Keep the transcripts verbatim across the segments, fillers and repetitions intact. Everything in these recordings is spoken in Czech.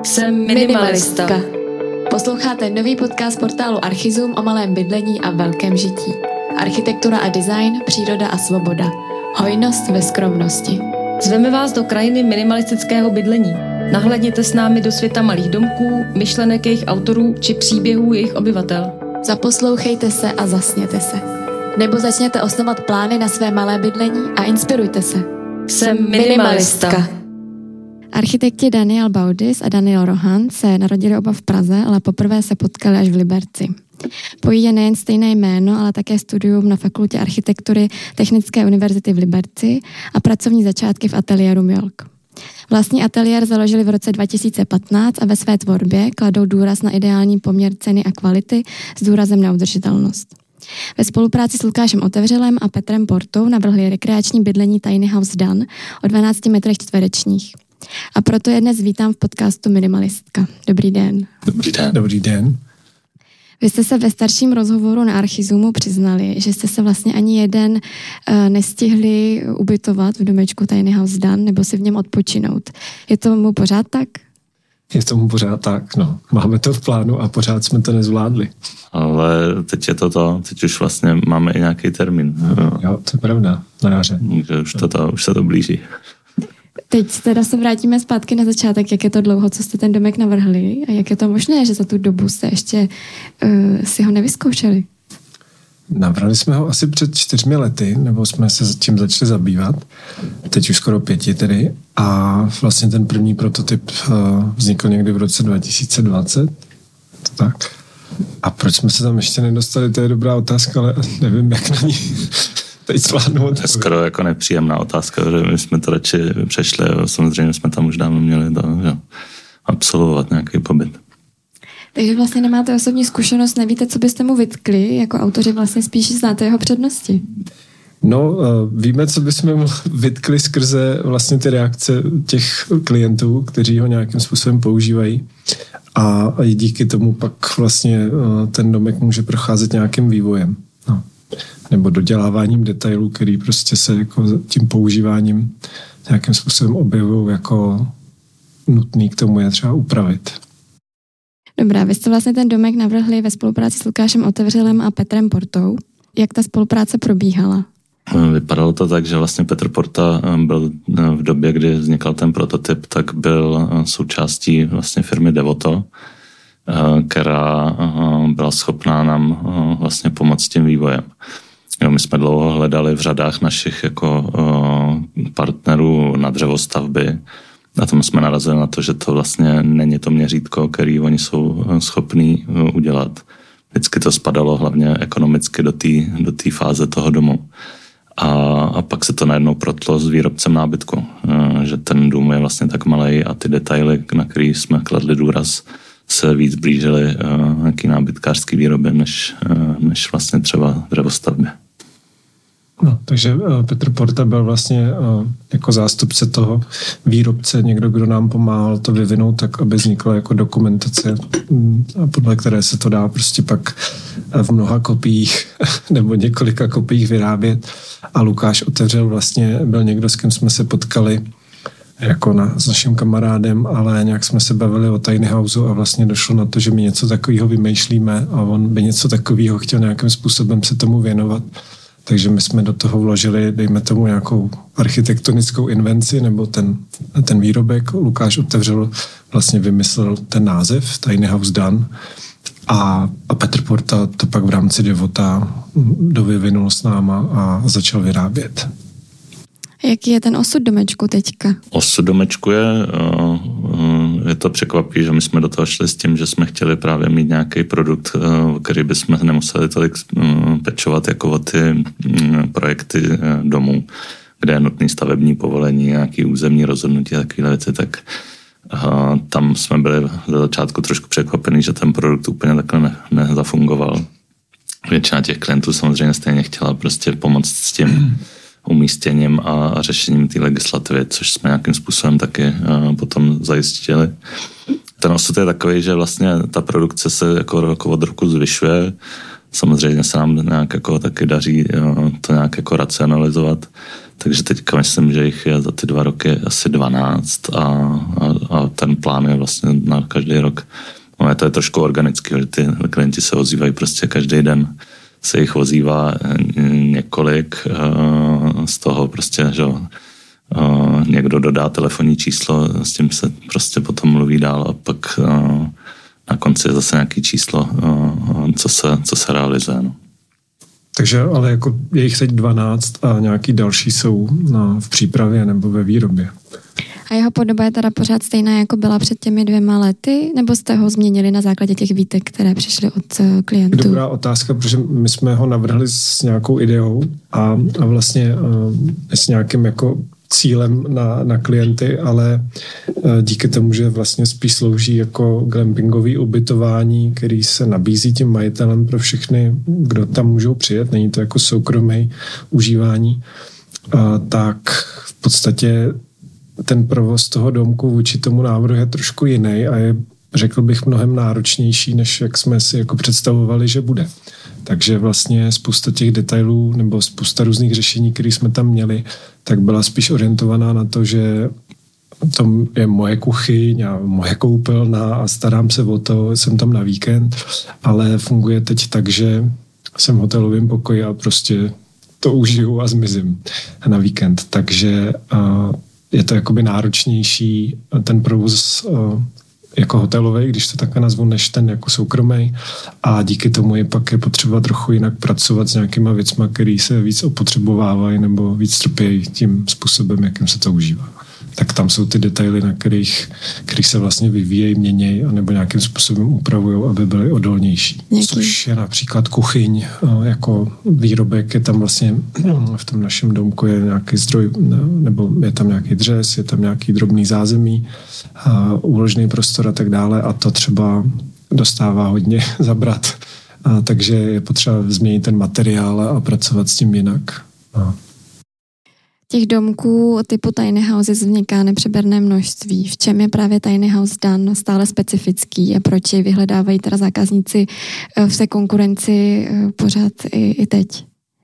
Jsem minimalistka. Posloucháte nový podcast portálu Archizum o malém bydlení a velkém žití. Architektura a design, příroda a svoboda. Hojnost ve skromnosti. Zveme vás do krajiny minimalistického bydlení. Nahlédněte s námi do světa malých domků, myšlenek jejich autorů či příběhů jejich obyvatel. Zaposlouchejte se a zasněte se. Nebo začněte osnovat plány na své malé bydlení a inspirujte se. Jsem minimalistka. Architekti Daniel Baudis a Daniel Rohan se narodili oba v Praze, ale poprvé se potkali až v Liberci. Pojí je nejen stejné jméno, ale také studium na fakultě architektury Technické univerzity v Liberci a pracovní začátky v ateliéru Mjolk. Vlastní ateliér založili v roce dva tisíce patnáct a ve své tvorbě kladou důraz na ideální poměr ceny a kvality s důrazem na udržitelnost. Ve spolupráci s Lukášem Otevřelem a Petrem Portou navrhli rekreační bydlení Tiny House Dan o dvanácti metrech čtverečních. A proto je dnes vítám v podcastu Minimalistka. Dobrý den. Dobrý den. Dobrý den. Vy jste se ve starším rozhovoru na Archizumu přiznali, že jste se vlastně ani jeden uh, nestihli ubytovat v domečku Tiny House Dan nebo si v něm odpočinout. Je tomu pořád tak? Je tomu pořád tak, no. Máme to v plánu a pořád jsme to nezvládli. Ale teď je to to, teď už vlastně máme i nějaký termín. Jo, to je pravda, na jaře. Už, to to, už se to blíží. Teď teda se vrátíme zpátky na začátek, jak je to dlouho, co jste ten domek navrhli a jak je to možné, že za tu dobu jste ještě uh, si ho nevyzkoušeli? Navrhli jsme ho asi před čtyřmi lety, nebo jsme se tím začali zabývat, teď už skoro pěti tedy, a vlastně ten první prototyp uh, vznikl někdy v roce dva tisíce dvacet, to tak. A proč jsme se tam ještě nedostali, to je dobrá otázka, ale nevím, jak na ní teď zvládnout. To je skoro jako nepříjemná otázka, že my jsme to radši přešli a samozřejmě jsme tam už dávno měli to, že, absolvovat nějaký pobyt. Takže vlastně nemáte osobní zkušenost, nevíte, co byste mu vytkli, jako autoři vlastně spíš znáte jeho přednosti. No, víme, co bychom mu vytkli skrze vlastně ty reakce těch klientů, kteří ho nějakým způsobem používají. A díky tomu pak vlastně ten domek může procházet nějakým vývojem. No. Nebo doděláváním detailů, který prostě se jako tím používáním nějakým způsobem objevují jako nutný k tomu je třeba upravit. Dobrá, vy jste vlastně ten domek navrhli ve spolupráci s Lukášem Otevřelem a Petrem Portou. Jak ta spolupráce probíhala? Vypadalo to tak, že vlastně Petr Porta byl v době, kdy vznikal ten prototyp, tak byl součástí vlastně firmy Devoto, která byla schopná nám vlastně pomoct s tím vývojem. Jo, my jsme dlouho hledali v řadách našich jako partnerů na dřevostavby. A tomu jsme narazili na to, že to vlastně není to měřítko, který oni jsou schopní udělat. Vždycky to spadalo hlavně ekonomicky do té do té fáze toho domu. A, a pak se to najednou protlo s výrobcem nábytku, že ten dům je vlastně tak malej a ty detaily, na který jsme kladli důraz, se víc blížily nějaký nábytkářský výrobě, než, než vlastně třeba dřevostavbě. No, takže Petr Porta byl vlastně jako zástupce toho výrobce, někdo, kdo nám pomáhal to vyvinout tak, aby vznikla jako dokumentace, podle které se to dá prostě pak v mnoha kopiích nebo několika kopiích vyrábět. A Lukáš Otevřel vlastně byl někdo, s kým jsme se potkali jako na, s naším kamarádem, ale nějak jsme se bavili o Tiny Houseu a vlastně došlo na to, že my něco takového vymýšlíme a on by něco takového chtěl nějakým způsobem se tomu věnovat. Takže my jsme do toho vložili, dejme tomu, nějakou architektonickou invenci nebo ten, ten výrobek. Lukáš Otevřel vlastně vymyslel ten název Tiny House Dan a, a Petr Porta to pak v rámci Devota dovyvinul s náma a začal vyrábět. Jaký je ten osud domečku teďka? Osud domečku je, je to překvapí, že my jsme do toho šli s tím, že jsme chtěli právě mít nějaký produkt, který bychom nemuseli tolik pečovat jako o ty projekty domů, kde je nutné stavební povolení, nějaké územní rozhodnutí a takové věci, tak tam jsme byli ze začátku trošku překvapení, že ten produkt úplně takhle ne, nezafungoval. Většina těch klientů samozřejmě stejně chtěla prostě pomoct s tím umístěním a řešením té legislativy, což jsme nějakým způsobem taky potom zajistili. Ten osud je takový, že vlastně ta produkce se jako rok od roku zvyšuje. Samozřejmě se nám nějak jako taky daří to nějak jako racionalizovat. Takže teďka myslím, že jich je za ty dva roky asi dvanáct a, a, a ten plán je vlastně na každý rok. No, to je trošku organický, že ty klienti se ozývají prostě každý den. Se jich ozývá několik, z toho prostě, že někdo dodá telefonní číslo, s tím se prostě potom mluví dál a pak na konci je zase nějaké číslo, co se, co se realizuje. No. Takže ale jako je jich teď dvanáct a nějaký další jsou na, v přípravě nebo ve výrobě. A jeho podoba je teda pořád stejná, jako byla před těmi dvěma lety, nebo jste ho změnili na základě těch výtek, které přišly od klientů? Dobrá otázka, protože my jsme ho navrhli s nějakou ideou a, a vlastně a, s nějakým jako cílem na, na klienty, ale díky tomu, že vlastně spíš slouží jako glampingový ubytování, který se nabízí tím majitelem pro všechny, kdo tam můžou přijet, není to jako soukromé užívání, a, tak v podstatě ten provoz toho domku vůči tomu návrhu je trošku jiný a je, řekl bych, mnohem náročnější, než jak jsme si jako představovali, že bude. Takže vlastně spousta těch detailů nebo spousta různých řešení, které jsme tam měli, tak byla spíš orientovaná na to, že to je moje kuchyň a moje koupelna a starám se o to, jsem tam na víkend, ale funguje teď tak, že jsem v hotelovém pokoji a prostě to užiju a zmizím na víkend. Takže uh, je to jakoby náročnější ten provoz uh, jako hotelový, když to takhle nazvu, než ten jako soukromý. A díky tomu je pak je potřeba trochu jinak pracovat s nějakýma věcma, který se víc opotřebovávají nebo víc trpějí tím způsobem, jakým se to užívá. Tak tam jsou ty detaily, na kterých, kterých se vlastně vyvíjejí, měnějí a nebo nějakým způsobem upravují, aby byly odolnější. Nějaký. Což je například kuchyň, jako výrobek, je tam vlastně v tom našem domku je nějaký zdroj, nebo je tam nějaký dřez, je tam nějaký drobný zázemí, úložný prostor a tak dále a to třeba dostává hodně zabrat. A takže je potřeba změnit ten materiál a pracovat s tím jinak. A těch domků typu tiny houses vzniká nepřeberné množství. V čem je právě tiny house dan stále specifický a proč jej vyhledávají teda zákazníci v té konkurenci pořád i, i teď?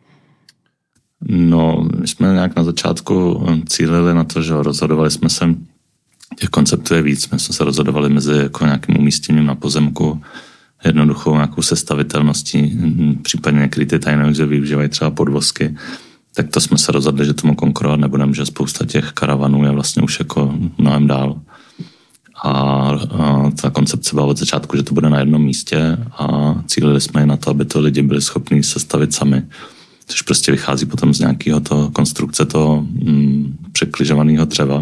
No, my jsme nějak na začátku cílili na to, že rozhodovali jsme se, těch konceptů je víc, my jsme se rozhodovali mezi jako nějakým umístěním na pozemku, jednoduchou nějakou sestavitelností, případně některé ty tiny house využívají třeba podvozky, tak to jsme se rozhodli, že tomu konkurovat nebudeme, že spousta těch karavanů je vlastně už jako mnohem dál. A, a ta koncepce byla od začátku, že to bude na jednom místě a cílili jsme i na to, aby to lidi byli schopni sestavit sami. Což prostě vychází potom z nějakého to konstrukce toho mm, překližovaného dřeva.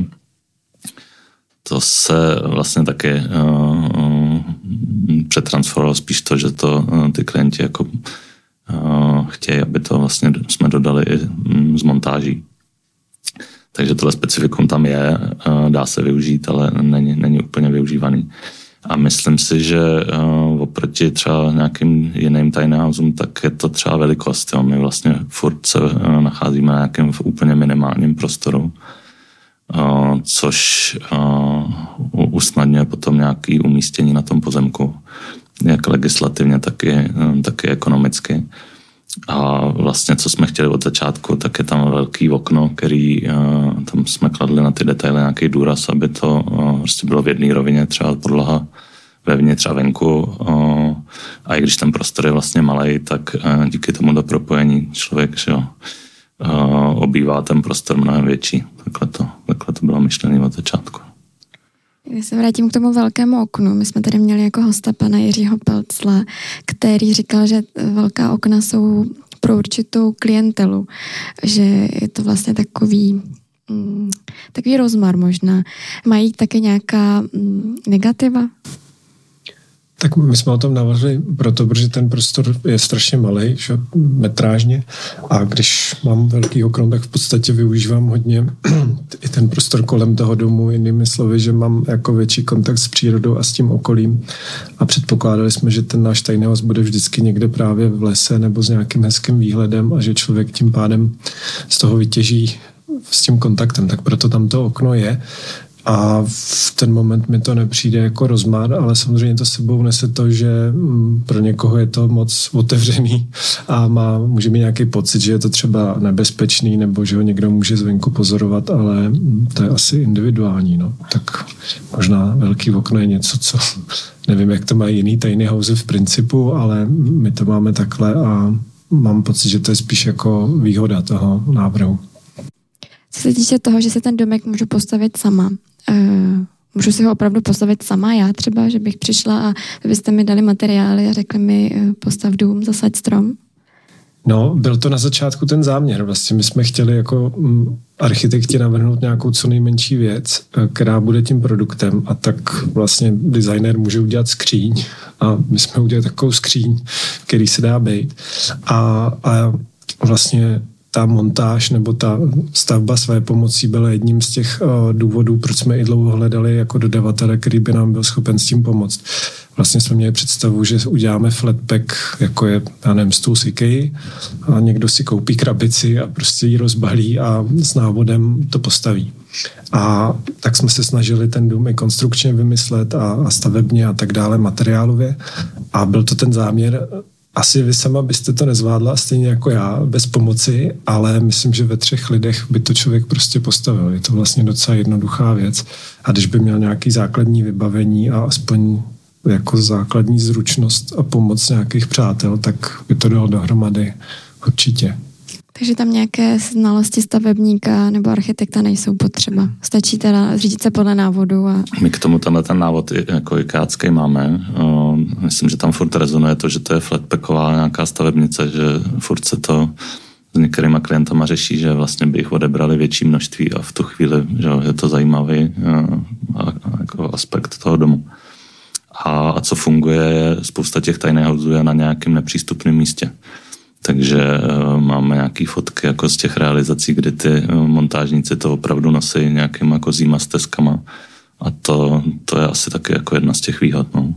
To se vlastně taky uh, uh, přetransformovalo spíš to, že to uh, ty klienti jako Uh, chtějí, aby to vlastně jsme dodali i mm, z montáží. Takže tohle specifikum tam je, uh, dá se využít, ale není, není úplně využívaný. A myslím si, že uh, oproti třeba nějakým jiným tiny houseům, tak je to třeba velikost. Jo. My vlastně furt se uh, nacházíme na nějakém úplně minimálním prostoru, uh, což uh, usnadňuje potom nějaké umístění na tom pozemku. Jak legislativně, tak i, tak i ekonomicky. A vlastně, co jsme chtěli od začátku, tak je tam velký okno, který tam jsme kladli na ty detaily nějaký důraz, aby to prostě bylo v jedné rovině, třeba podlaha vevnitř a venku. A i když ten prostor je vlastně malej, tak díky tomu propojení člověk, že jo, obývá ten prostor mnohem větší. Takhle to, takhle to bylo myšlené od začátku. Když se vrátím k tomu velkému oknu, my jsme tady měli jako hosta pana Jiřího Pelcla, který říkal, že velká okna jsou pro určitou klientelu, že je to vlastně takový, mm, takový rozmar možná. Mají také nějaká mm, negativa? Tak my jsme o tom navrhli proto, protože ten prostor je strašně malej, že, metrážně, a když mám velký okno, tak v podstatě využívám hodně i ten prostor kolem toho domu, jinými slovy, že mám jako větší kontakt s přírodou a s tím okolím a předpokládali jsme, že ten náš tiny house bude vždycky někde právě v lese nebo s nějakým hezkým výhledem a že člověk tím pádem z toho vytěží s tím kontaktem, tak proto tam to okno je. A v ten moment mi to nepřijde jako rozmar, ale samozřejmě to sebou nese to, že pro někoho je to moc otevřený a má, může mít nějaký pocit, že je to třeba nebezpečný nebo že ho někdo může zvenku pozorovat, ale to je asi individuální. No. Tak možná velký okno je něco, co nevím, jak to mají jiný tiny house v principu, ale my to máme takhle a mám pocit, že to je spíš jako výhoda toho návrhu. Co se týče toho, že se ten domek můžu postavit sama, uh, můžu si ho opravdu postavit sama já třeba, že bych přišla a byste mi dali materiály a řekli mi uh, postav dům, zasaď strom? No, byl to na začátku ten záměr. Vlastně my jsme chtěli jako m, architekti navrhnout nějakou co nejmenší věc, která bude tím produktem a tak vlastně designer může udělat skříň a my jsme udělali takovou skříň, který se dá bejt. A, a vlastně ta montáž nebo ta stavba své pomocí byla jedním z těch uh, důvodů, proč jsme i dlouho hledali jako dodavatele, který by nám byl schopen s tím pomoct. Vlastně jsme měli představu, že uděláme flatpack, jako je, já nevím, stůl z IKEA a někdo si koupí krabici a prostě ji rozbalí a s návodem to postaví. A tak jsme se snažili ten dům i konstrukčně vymyslet a, a stavebně a tak dále, materiálově. A byl to ten záměr. Asi vy sama byste to nezvládla stejně jako já, bez pomoci, ale myslím, že ve třech lidech by to člověk prostě postavil. Je to vlastně docela jednoduchá věc. A když by měl nějaký základní vybavení a aspoň jako základní zručnost a pomoc nějakých přátel, tak by to dalo dohromady určitě. Takže tam nějaké znalosti stavebníka nebo architekta nejsou potřeba. Stačí teda řídit se podle návodu. A... My k tomu tenhle ten návod jako ikácký máme. Myslím, že tam furt rezonuje to, že to je flatpacková nějaká stavebnice, že furt se to s některýma klientama řeší, že vlastně by jich odebrali větší množství a v tu chvíli, že je to zajímavý jako aspekt toho domu. A, a co funguje, je spousta těch tiny houseů je na nějakém nepřístupném místě. Takže uh, máme nějaké fotky jako z těch realizací, kdy ty uh, montážníci to opravdu nosí nějakýma kozíma stezkama. A to, to je asi taky jako jedna z těch výhod. No.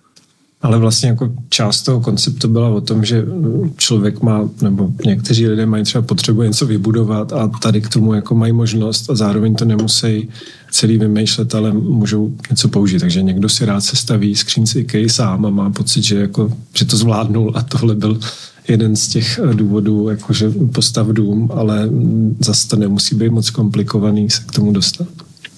Ale vlastně jako část toho konceptu byla o tom, že člověk má, nebo někteří lidé mají třeba potřebu něco vybudovat a tady k tomu jako mají možnost a zároveň to nemusí celý vymýšlet, ale můžou něco použít. Takže někdo si rád sestaví skříň z IKEA sám a má pocit, že, jako, že to zvládnul a tohle byl jeden z těch důvodů, jakože postav dům, ale zase to nemusí být moc komplikovaný se k tomu dostat.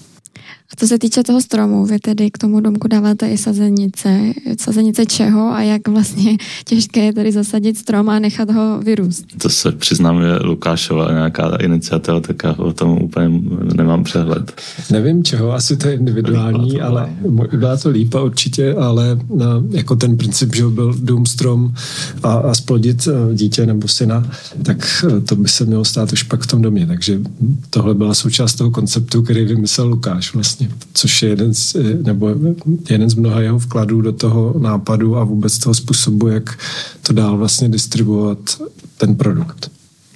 A co se týče toho stromu, vy tedy k tomu domku dáváte i sazenice. Sazenice čeho a jak vlastně těžké je tedy zasadit strom a nechat ho vyrůst? To se přiznám, že Lukášova nějaká iniciativa, tak já o tom úplně nemám přehled. Nevím čeho, asi to je individuální, to ale byla to lípa určitě, ale na, jako ten princip, že byl dům, strom a, a splodit dítě nebo syna, tak to by se mělo stát už pak v tom domě. Takže tohle byla součást toho konceptu, který vymyslel Lukáš vlastně. Což je jeden z, nebo jeden z mnoha jeho vkladů do toho nápadu a vůbec toho způsobu, jak to dál vlastně distribuovat ten produkt.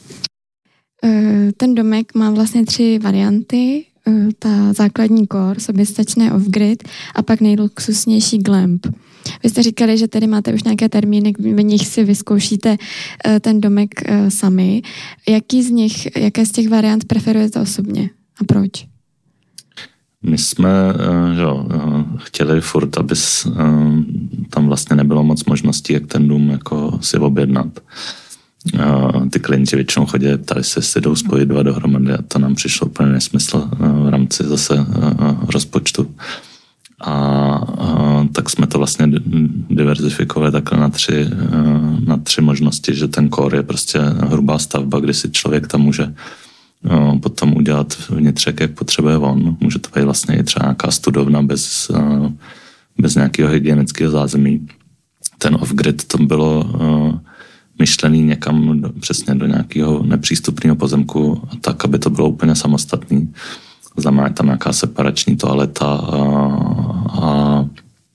Ten domek má vlastně tři varianty. Ta základní core, soběstačné off-grid a pak nejluxusnější glamp. Vy jste říkali, že tady máte už nějaké termíny, v nich si vyzkoušíte ten domek sami. Jaký z nich, jaké z těch variant preferujete osobně a proč? My jsme že jo, chtěli furt, aby tam vlastně nebylo moc možností, jak ten dům jako si objednat. Ty klienti většinou chodí, ptali se, jestli jdou spojit dva dohromady a to nám přišlo úplně nesmysl v rámci zase rozpočtu. A, a tak jsme to vlastně diverzifikovali takhle na tři, na tři možnosti, že ten core je prostě hrubá stavba, kdy si člověk tam může potom udělat vnitřek, jak potřebuje on. Může to být vlastně i třeba nějaká studovna bez, bez nějakého hygienického zázemí. Ten off-grid to bylo myšlený někam do, přesně do nějakého nepřístupného pozemku, tak, aby to bylo úplně samostatný. Znamená tam nějaká separační toaleta a, a,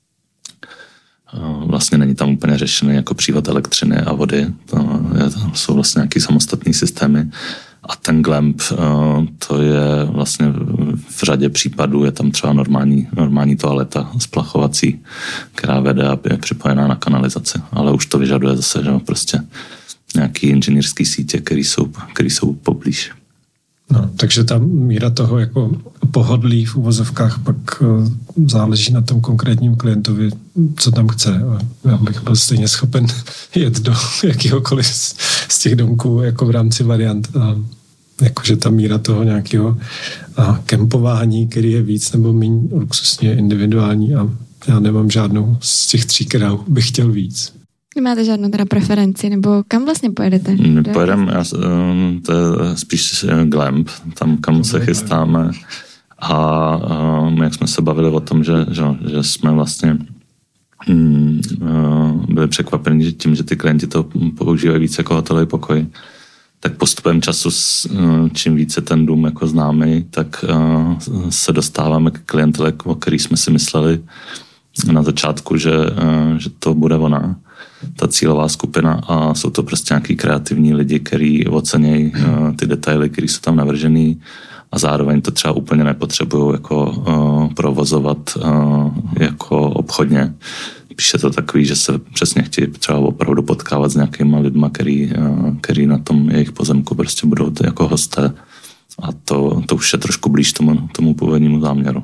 a vlastně není tam úplně řešený jako přívod elektřiny a vody. To, je, to jsou vlastně nějaké samostatné systémy. A ten glamp, to je vlastně v řadě případů, je tam třeba normální, normální toaleta splachovací, která vede a je připojená na kanalizaci. Ale už to vyžaduje zase, že prostě nějaký inženýrský sítě, který jsou, který jsou poblíž. No, takže ta míra toho jako pohodlí v uvozovkách pak záleží na tom konkrétním klientovi, co tam chce. Já bych byl stejně schopen jet do jakýhokoliv z těch domků jako v rámci variant. jakože ta míra toho nějakého a, kempování, který je víc nebo méně luxusně individuální a já nemám žádnou z těch tří, kterou bych chtěl víc. Nemáte žádnou teda preferenci, nebo kam vlastně pojedete? Pojedeme, to je spíš Glamp, tam kam se chystáme. A um, jak jsme se bavili o tom, že, že, že jsme vlastně um, byli překvapeni tím, že ty klienti to používají víc jako hotelový pokoj, tak postupem času, čím více ten dům jako známý, tak uh, se dostáváme k klientele, o který jsme si mysleli na začátku, že, uh, že to bude ona, ta cílová skupina, a jsou to prostě nějaký kreativní lidi, kteří ocenějí uh, ty detaily, které jsou tam navržený, a zároveň to třeba úplně nepotřebují jako uh, provozovat uh, jako obchodně. Píše to takový, že se přesně chtějí třeba opravdu potkávat s nějakýma lidma, který, uh, který na tom jejich pozemku prostě budou jako hosté. A to, to už je trošku blíž tomu, tomu původnímu záměru.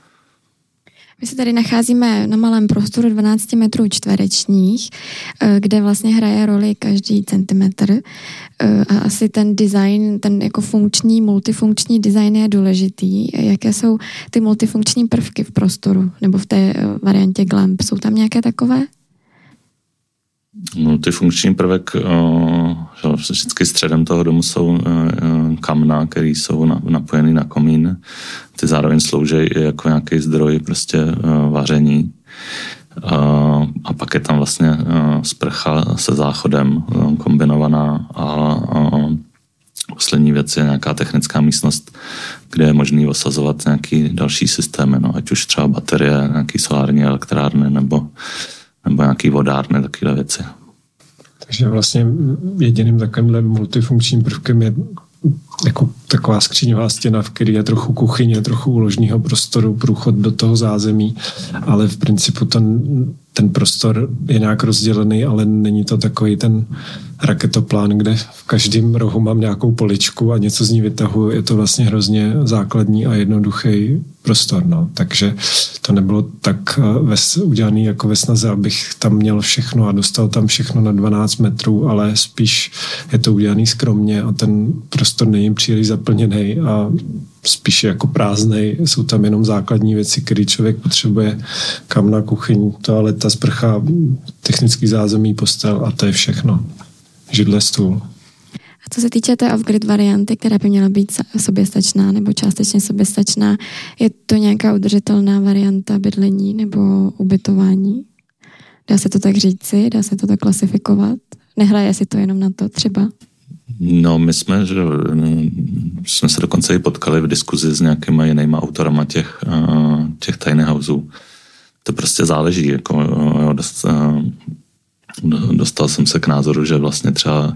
My se tady nacházíme na malém prostoru dvanáct metrů čtverečních, kde vlastně hraje roli každý centimetr. A asi ten design, ten jako funkční, multifunkční design je důležitý. Jaké jsou ty multifunkční prvky v prostoru nebo v té variantě Glamp? Jsou tam nějaké takové? Multifunkční prvek, že vždycky středem toho domu jsou kamna, které jsou napojené na komín. Ty zároveň slouží jako nějaký zdroj prostě vaření. A pak je tam vlastně sprcha se záchodem kombinovaná a poslední věc je nějaká technická místnost, kde je možný osazovat nějaký další systémy, no, ať už třeba baterie, nějaký solární elektrárny nebo nebo nějaký vodárny, takové věci. Takže vlastně jediným takovýmhle multifunkčním prvkem je jako taková skříňová stěna, v které je trochu kuchyně, trochu úložního prostoru, průchod do toho zázemí, ale v principu ten, ten prostor je nějak rozdělený, ale není to takový ten raketoplán, kde v každém rohu mám nějakou poličku a něco z ní vytahuji. Je to vlastně hrozně základní a jednoduchý prostor. No. Takže to nebylo tak ves, udělaný jako ve snaze, abych tam měl všechno a dostal tam všechno na dvanáct metrů, ale spíš je to udělaný skromně a ten prostor není příliš zaplněný a spíš jako prázdnej. Jsou tam jenom základní věci, které člověk potřebuje. Kamna, kuchyň, toaleta, sprcha, technický zázemí, postel a to je všechno. Židle, stůl. A co se týče té off-grid varianty, která by měla být soběstačná nebo částečně soběstačná, je to nějaká udržitelná varianta bydlení nebo ubytování? Dá se to tak říci? Dá se to tak klasifikovat? Nehraje si to jenom na to třeba? No, my jsme, že, jsme se dokonce i potkali v diskuzi s nějakýma jinýma autorama těch, těch tiny houseů. To prostě záleží. Jako, jo, dost, dostal jsem se k názoru, že vlastně třeba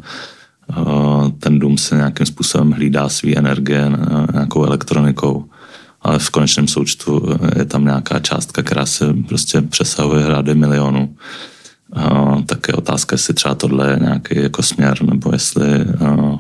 ten dům se nějakým způsobem hlídá svý energie nějakou elektronikou, ale v konečném součtu je tam nějaká částka, která se prostě přesahuje řády milionů. Uh, tak je otázka, jestli třeba tohle je nějaký jako směr, nebo jestli uh,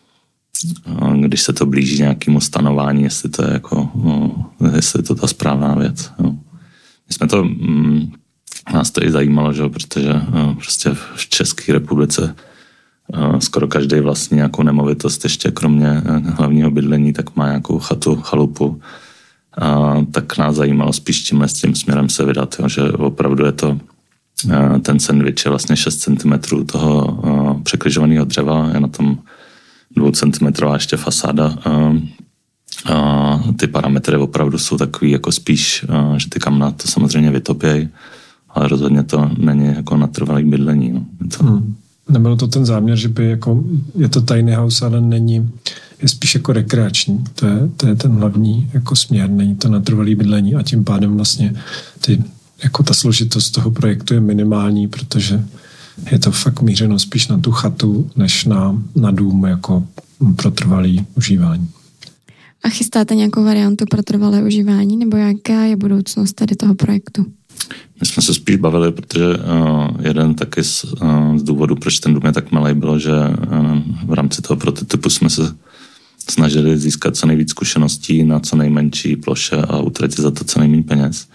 uh, když se to blíží nějakému stanování, jestli to je jako, uh, jestli je to ta správná věc. Uh. My jsme to, um, nás to i zajímalo, že? Protože uh, prostě v České republice uh, skoro každý vlastní nějakou nemovitost, ještě kromě uh, hlavního bydlení, tak má nějakou chatu, chalupu. Uh, tak nás zajímalo spíš tímhle s tím směrem se vydat, jo? Že opravdu je to ten sandwich je vlastně šest centimetrů toho uh, překližovaného dřeva, je na tom dvoucentimetrová ještě fasáda. Uh, uh, ty parametry opravdu jsou takový jako spíš, uh, že ty kamna to samozřejmě vytopějí, ale rozhodně to není jako natrvalý bydlení. No. To... Hmm. Nebyl to ten záměr, že by jako, je to tiny house, ale není, je spíš jako rekreační. To je, to je ten hlavní jako směr, není to natrvalý bydlení a tím pádem vlastně ty jako ta složitost toho projektu je minimální, protože je to fakt mířeno spíš na tu chatu, než na, na dům jako pro trvalý užívání. A chystáte nějakou variantu pro trvalé užívání, nebo jaká je budoucnost tady toho projektu? My jsme se spíš bavili, protože uh, jeden taky z, uh, z důvodu, proč ten dům je tak malý, bylo, že uh, v rámci toho prototypu jsme se snažili získat co nejvíc zkušeností na co nejmenší ploše a utratit za to co nejméně peněz.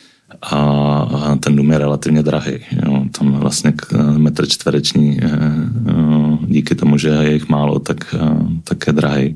A ten dům je relativně drahý. Jo. Tam vlastně metr čtvereční díky tomu, že je jich málo, tak, tak je drahý.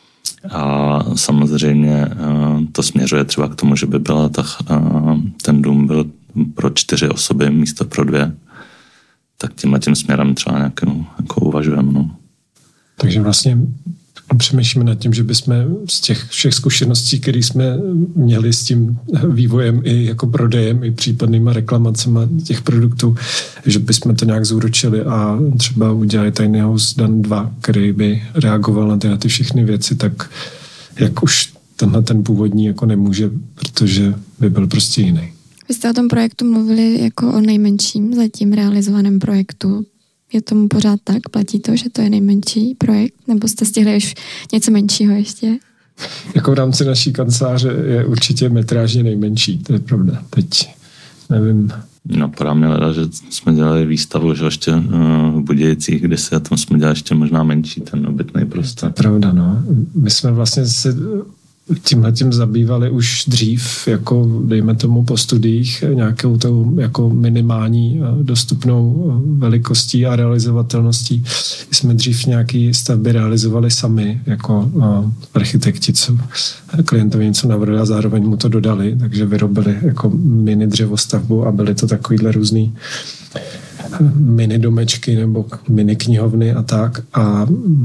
A samozřejmě to směřuje třeba k tomu, že by byla ta, ten dům byl pro čtyři osoby místo pro dvě. Tak tímhle tím směrem třeba nějak no, jako uvažujeme. No. Takže vlastně přemýšlíme nad tím, že bychom z těch všech zkušeností, které jsme měli s tím vývojem i jako prodejem, i případnýma reklamacema těch produktů, že bychom to nějak zúročili a třeba udělali Tiny House Dan dva, který by reagoval na tyhle ty všechny věci, tak jak už tenhle ten původní jako nemůže, protože by byl prostě jiný. Vy jste o tom projektu mluvili jako o nejmenším zatím realizovaném projektu. Je tomu pořád tak? Platí to, že to je nejmenší projekt? Nebo jste stihli už něco menšího ještě? Jako v rámci naší kanceláře je určitě metrážně nejmenší, to je pravda. Teď nevím. No, podá mě leda, že jsme dělali výstavu, že ještě uh, v Budějicích, kde se a tam jsme dělali ještě možná menší ten obytný prostor. To je pravda, no. My jsme vlastně se tímhletím zabývali už dřív, jako dejme tomu po studiích, nějakou tou jako minimální dostupnou velikostí a realizovatelností. Jsme dřív nějaký stavby realizovali sami, jako architekti, co klientovi něco navrhli a zároveň mu to dodali, takže vyrobili jako mini dřevostavbu a byly to takovýhle různý mini domečky nebo mini knihovny a tak. A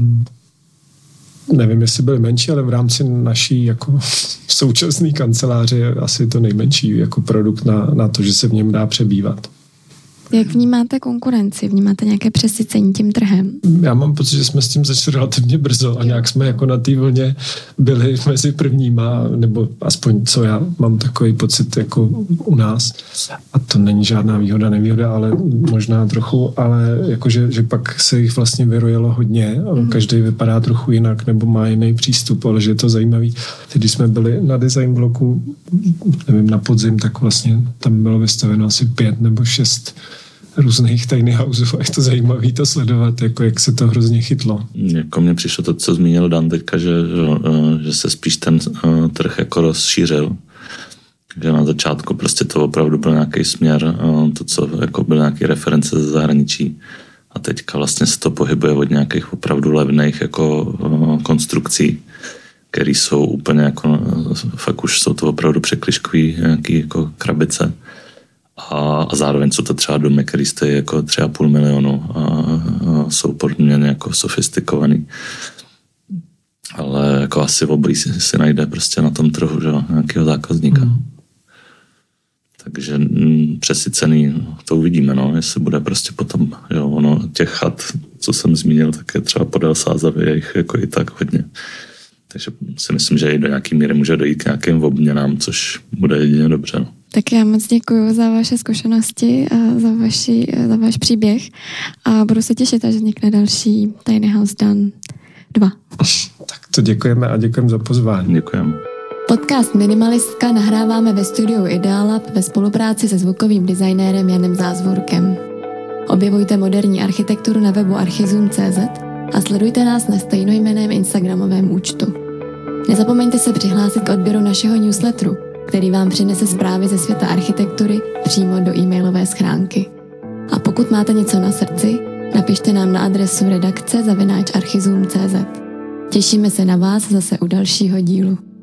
nevím, jestli byly menší, ale v rámci naší jako současné kanceláře je asi to nejmenší jako produkt na, na to, že se v něm dá přebývat. Jak vnímáte konkurenci? Vnímáte nějaké přesycení tím trhem? Já mám pocit, že jsme s tím začali relativně brzo a nějak jsme jako na té vlně byli mezi prvníma, nebo aspoň co já mám takový pocit jako u nás. A to není žádná výhoda, nevýhoda, ale možná trochu, ale jakože, že pak se jich vlastně vyrojilo hodně. Mm. Každý vypadá trochu jinak nebo má jiný přístup, ale že je to zajímavý. Teď, když jsme byli na design bloku, nevím, na podzim, tak vlastně tam bylo vystaveno asi pět nebo šest různých tiny houseů a je to zajímavé to sledovat, jako jak se to hrozně chytlo. Jako mně přišlo to, co zmínil Dan teďka, že, že se spíš ten trh jako rozšířil. Že na začátku prostě to opravdu byl nějaký směr, to, co jako byly nějaké reference ze zahraničí. A teďka vlastně se to pohybuje od nějakých opravdu levných jako konstrukcí, které jsou úplně jako, fakt už jsou to opravdu překližkový nějaký jako krabice. A, a zároveň jsou to třeba domy, které stojí jako tři a půl milionu a, a jsou poměrně jako sofistikovaný. Ale jako asi obojí si, si najde prostě na tom trhu, že, nějakého zákazníka. Mm. Takže m, přesycený, to uvidíme, no, jestli bude prostě potom, jo, ono, těch chat, co jsem zmínil, tak je třeba podél Sázavy, je jich jako i tak hodně. Takže si myslím, že i do nějaký míry může dojít k nějakým obměnám, což bude jedině dobře, no. Tak já moc děkuji za vaše zkušenosti a za, vaši, za váš příběh a budu se těšit, až vznikne další Tiny House Dan dva. Tak to děkujeme a děkujeme za pozvání. Děkujeme. Podcast Minimalistka nahráváme ve studiu Idealab ve spolupráci se zvukovým designérem Janem Zázvorkem. Objevujte moderní architekturu na webu archizoom tečka cé zet a sledujte nás na stejnojmenném instagramovém účtu. Nezapomeňte se přihlásit k odběru našeho newsletteru, který vám přinese zprávy ze světa architektury přímo do e-mailové schránky. A pokud máte něco na srdci, napište nám na adresu redakce zavináč archizoom tečka cé zet. Těšíme se na vás zase u dalšího dílu.